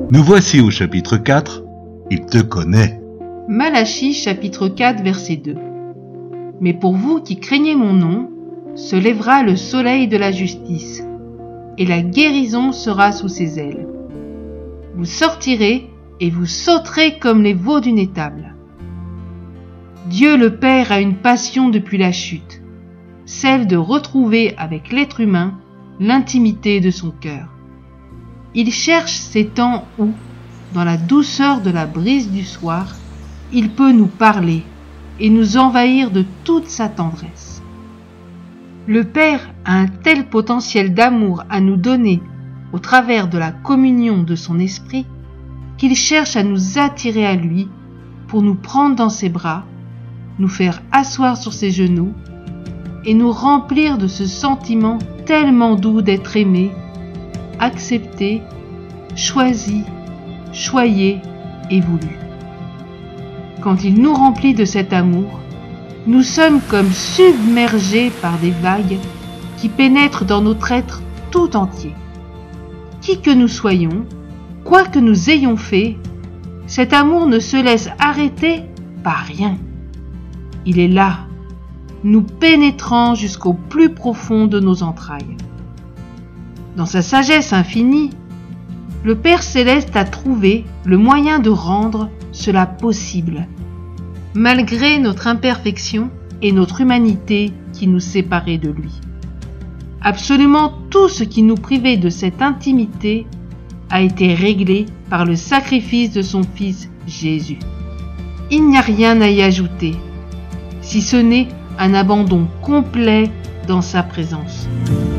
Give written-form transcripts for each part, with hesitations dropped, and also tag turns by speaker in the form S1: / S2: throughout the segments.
S1: Nous voici au chapitre 4. Il te connaît.
S2: Malachie chapitre 4 verset 2. Mais pour vous qui craignez mon nom, se lèvera le soleil de la justice, et la guérison sera sous ses ailes. Vous sortirez et vous sauterez comme les veaux d'une étable. Dieu le Père a une passion depuis la chute, celle de retrouver avec l'être humain l'intimité de son cœur. Il cherche ces temps où, dans la douceur de la brise du soir, il peut nous parler et nous envahir de toute sa tendresse. Le Père a un tel potentiel d'amour à nous donner au travers de la communion de son esprit qu'il cherche à nous attirer à lui pour nous prendre dans ses bras, nous faire asseoir sur ses genoux et nous remplir de ce sentiment tellement doux d'être aimé, accepté, choisi, choyé et voulu. Quand il nous remplit de cet amour, nous sommes comme submergés par des vagues qui pénètrent dans notre être tout entier. Qui que nous soyons, quoi que nous ayons fait, cet amour ne se laisse arrêter par rien. Il est là, nous pénétrant jusqu'au plus profond de nos entrailles. Dans sa sagesse infinie, le Père Céleste a trouvé le moyen de rendre cela possible, malgré notre imperfection et notre humanité qui nous séparaient de lui. Absolument tout ce qui nous privait de cette intimité a été réglé par le sacrifice de son Fils Jésus. Il n'y a rien à y ajouter, si ce n'est un abandon complet dans sa présence.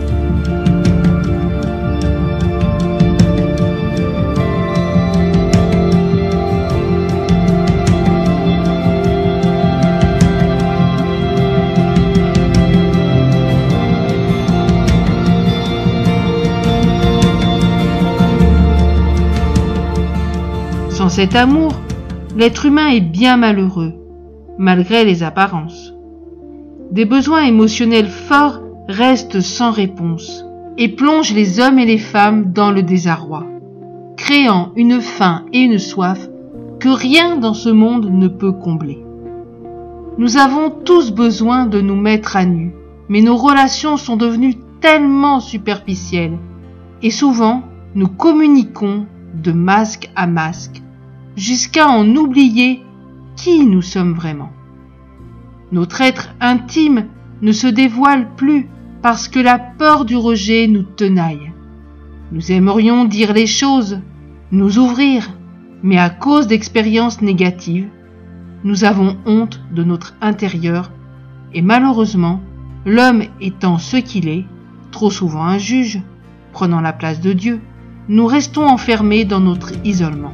S2: Sans cet amour, l'être humain est bien malheureux, malgré les apparences. Des besoins émotionnels forts restent sans réponse et plongent les hommes et les femmes dans le désarroi, créant une faim et une soif que rien dans ce monde ne peut combler. Nous avons tous besoin de nous mettre à nu, mais nos relations sont devenues tellement superficielles et souvent nous communiquons de masque à masque, jusqu'à en oublier qui nous sommes vraiment. Notre être intime ne se dévoile plus parce que la peur du rejet nous tenaille. Nous aimerions dire les choses, nous ouvrir, mais à cause d'expériences négatives, nous avons honte de notre intérieur et malheureusement, l'homme étant ce qu'il est, trop souvent un juge, prenant la place de Dieu, nous restons enfermés dans notre isolement.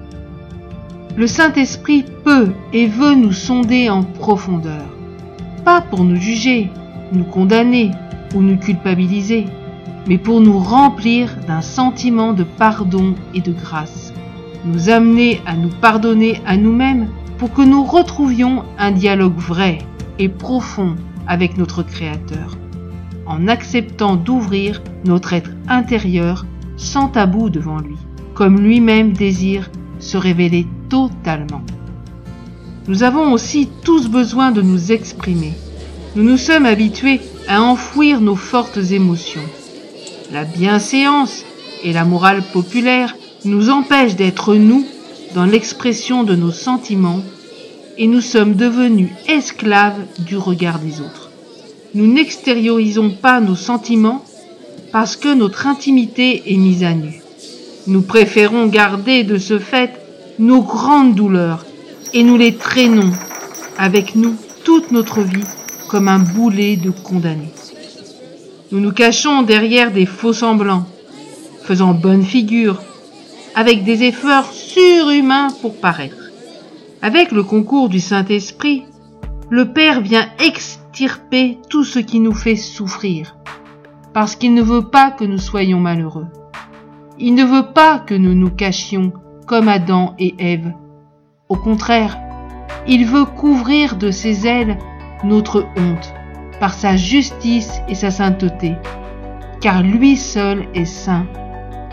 S2: Le Saint-Esprit peut et veut nous sonder en profondeur, pas pour nous juger, nous condamner ou nous culpabiliser, mais pour nous remplir d'un sentiment de pardon et de grâce, nous amener à nous pardonner à nous-mêmes pour que nous retrouvions un dialogue vrai et profond avec notre Créateur, en acceptant d'ouvrir notre être intérieur sans tabou devant lui, comme lui-même désire se révéler totalement. Nous avons aussi tous besoin de nous exprimer. Nous nous sommes habitués à enfouir nos fortes émotions. La bienséance et la morale populaire nous empêchent d'être nous dans l'expression de nos sentiments et nous sommes devenus esclaves du regard des autres. Nous n'extériorisons pas nos sentiments parce que notre intimité est mise à nu. Nous préférons garder de ce fait nos grandes douleurs et nous les traînons avec nous toute notre vie comme un boulet de condamnés. Nous nous cachons derrière des faux semblants, faisant bonne figure, avec des efforts surhumains pour paraître. Avec le concours du Saint-Esprit, le Père vient extirper tout ce qui nous fait souffrir, parce qu'il ne veut pas que nous soyons malheureux. Il ne veut pas que nous nous cachions comme Adam et Ève. Au contraire, il veut couvrir de ses ailes notre honte par sa justice et sa sainteté, car lui seul est saint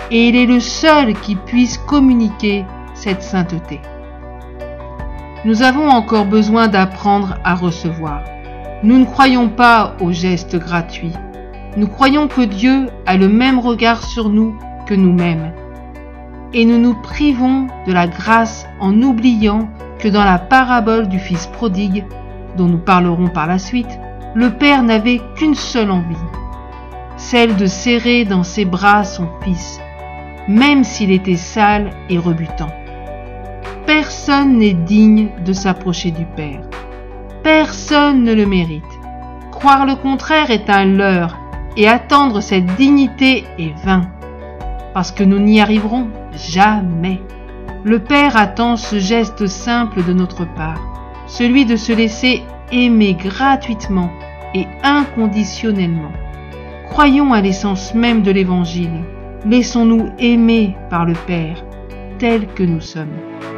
S2: et il est le seul qui puisse communiquer cette sainteté. Nous avons encore besoin d'apprendre à recevoir. Nous ne croyons pas aux gestes gratuits. Nous croyons que Dieu a le même regard sur nous que nous-mêmes. Et nous nous privons de la grâce en oubliant que dans la parabole du fils prodigue, dont nous parlerons par la suite, le Père n'avait qu'une seule envie, celle de serrer dans ses bras son fils, même s'il était sale et rebutant. Personne n'est digne de s'approcher du Père. Personne ne le mérite. Croire le contraire est un leurre, et attendre cette dignité est vain, parce que nous n'y arriverons jamais. Le Père attend ce geste simple de notre part, celui de se laisser aimer gratuitement et inconditionnellement. Croyons à l'essence même de l'Évangile. Laissons-nous aimer par le Père, tel que nous sommes.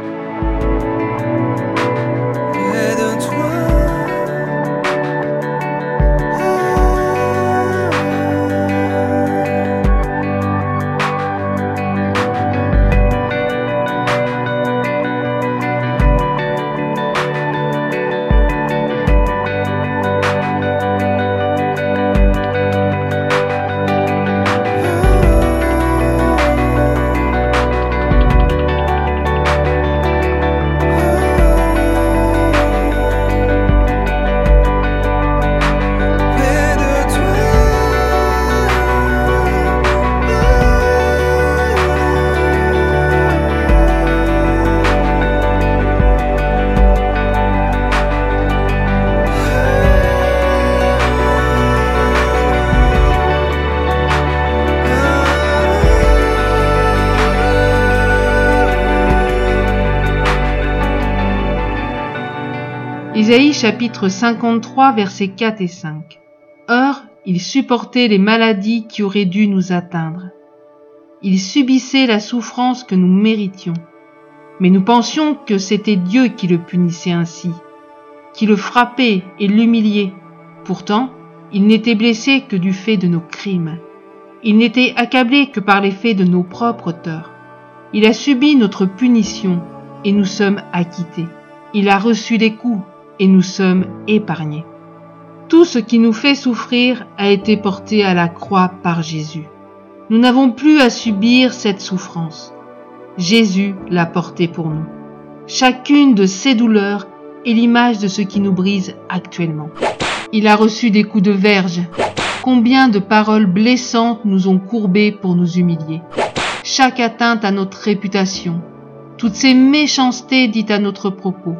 S2: Isaïe chapitre 53 versets 4 et 5. Or, il supportait les maladies qui auraient dû nous atteindre. Il subissait la souffrance que nous méritions. Mais nous pensions que c'était Dieu qui le punissait ainsi, qui le frappait et l'humiliait. Pourtant, il n'était blessé que du fait de nos crimes. Il n'était accablé que par l'effet de nos propres torts. Il a subi notre punition et nous sommes acquittés. Il a reçu les coups et nous sommes épargnés. Tout ce qui nous fait souffrir a été porté à la croix par Jésus. Nous n'avons plus à subir cette souffrance. Jésus l'a portée pour nous. Chacune de ces douleurs est l'image de ce qui nous brise actuellement. Il a reçu des coups de verge. Combien de paroles blessantes nous ont courbés pour nous humilier. Chaque atteinte à notre réputation, toutes ces méchancetés dites à notre propos,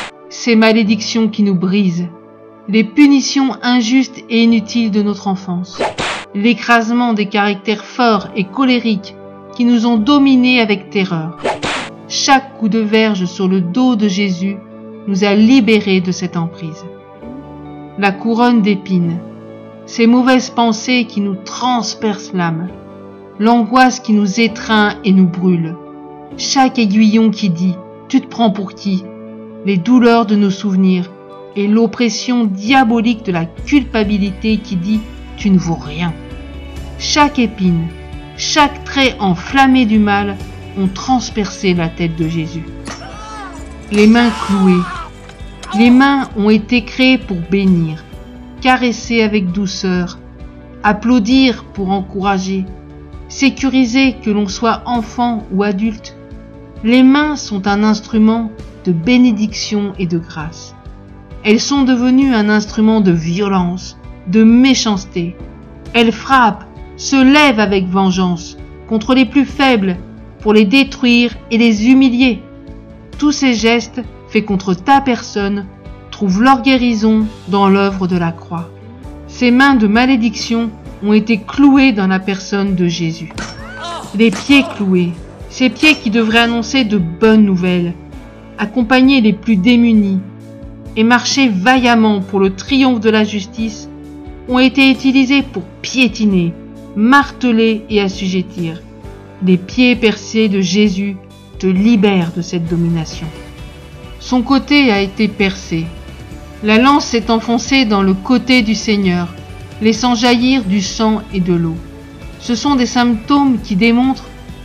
S2: ces malédictions qui nous brisent, les punitions injustes et inutiles de notre enfance, l'écrasement des caractères forts et colériques qui nous ont dominés avec terreur. Chaque coup de verge sur le dos de Jésus nous a libérés de cette emprise. La couronne d'épines, ces mauvaises pensées qui nous transpercent l'âme, l'angoisse qui nous étreint et nous brûle, chaque aiguillon qui dit « tu te prends pour qui ?» les douleurs de nos souvenirs et l'oppression diabolique de la culpabilité qui dit « tu ne vaux rien ». Chaque épine, chaque trait enflammé du mal ont transpercé la tête de Jésus. Les mains clouées, les mains ont été créées pour bénir, caresser avec douceur, applaudir pour encourager, sécuriser que l'on soit enfant ou adulte. Les mains sont un instrument de bénédiction et de grâce. Elles sont devenues un instrument de violence, de méchanceté. Elles frappent, se lèvent avec vengeance contre les plus faibles pour les détruire et les humilier. Tous ces gestes faits contre ta personne trouvent leur guérison dans l'œuvre de la croix. Ces mains de malédiction ont été clouées dans la personne de Jésus. Les pieds cloués, ces pieds qui devraient annoncer de bonnes nouvelles, accompagner les plus démunis et marcher vaillamment pour le triomphe de la justice, ont été utilisés pour piétiner, marteler et assujettir. Les pieds percés de Jésus te libèrent de cette domination. Son côté a été percé. La lance s'est enfoncée dans le côté du Seigneur, laissant jaillir du sang et de l'eau. Ce sont des symptômes qui démontrent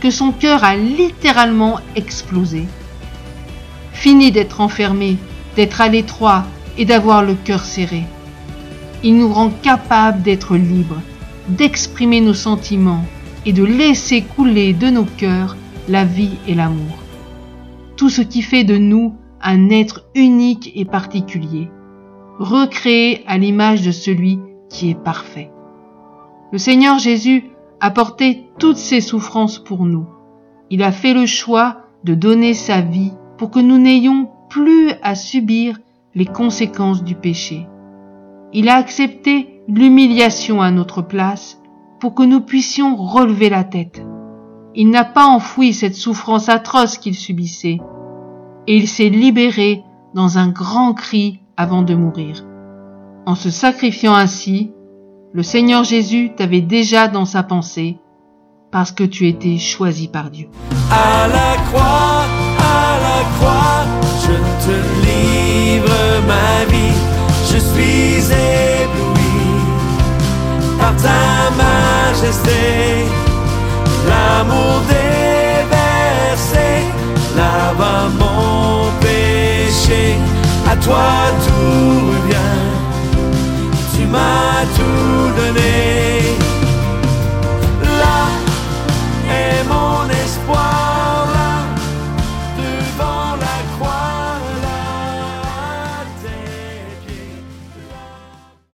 S2: que son cœur a littéralement explosé. Fini d'être enfermé, d'être à l'étroit et d'avoir le cœur serré. Il nous rend capables d'être libres, d'exprimer nos sentiments et de laisser couler de nos cœurs la vie et l'amour. Tout ce qui fait de nous un être unique et particulier, recréé à l'image de celui qui est parfait. Le Seigneur Jésus a porté toutes ces souffrances pour nous. Il a fait le choix de donner sa vie pour que nous n'ayons plus à subir les conséquences du péché. Il a accepté l'humiliation à notre place pour que nous puissions relever la tête. Il n'a pas enfoui cette souffrance atroce qu'il subissait, et il s'est libéré dans un grand cri avant de mourir. En se sacrifiant ainsi, le Seigneur Jésus t'avait déjà dans sa pensée, parce que tu étais choisi par Dieu.
S3: À la croix, je te livre ma vie. Je suis ébloui par ta majesté. L'amour déversé lave mon péché. À toi tout revient. Tu m'as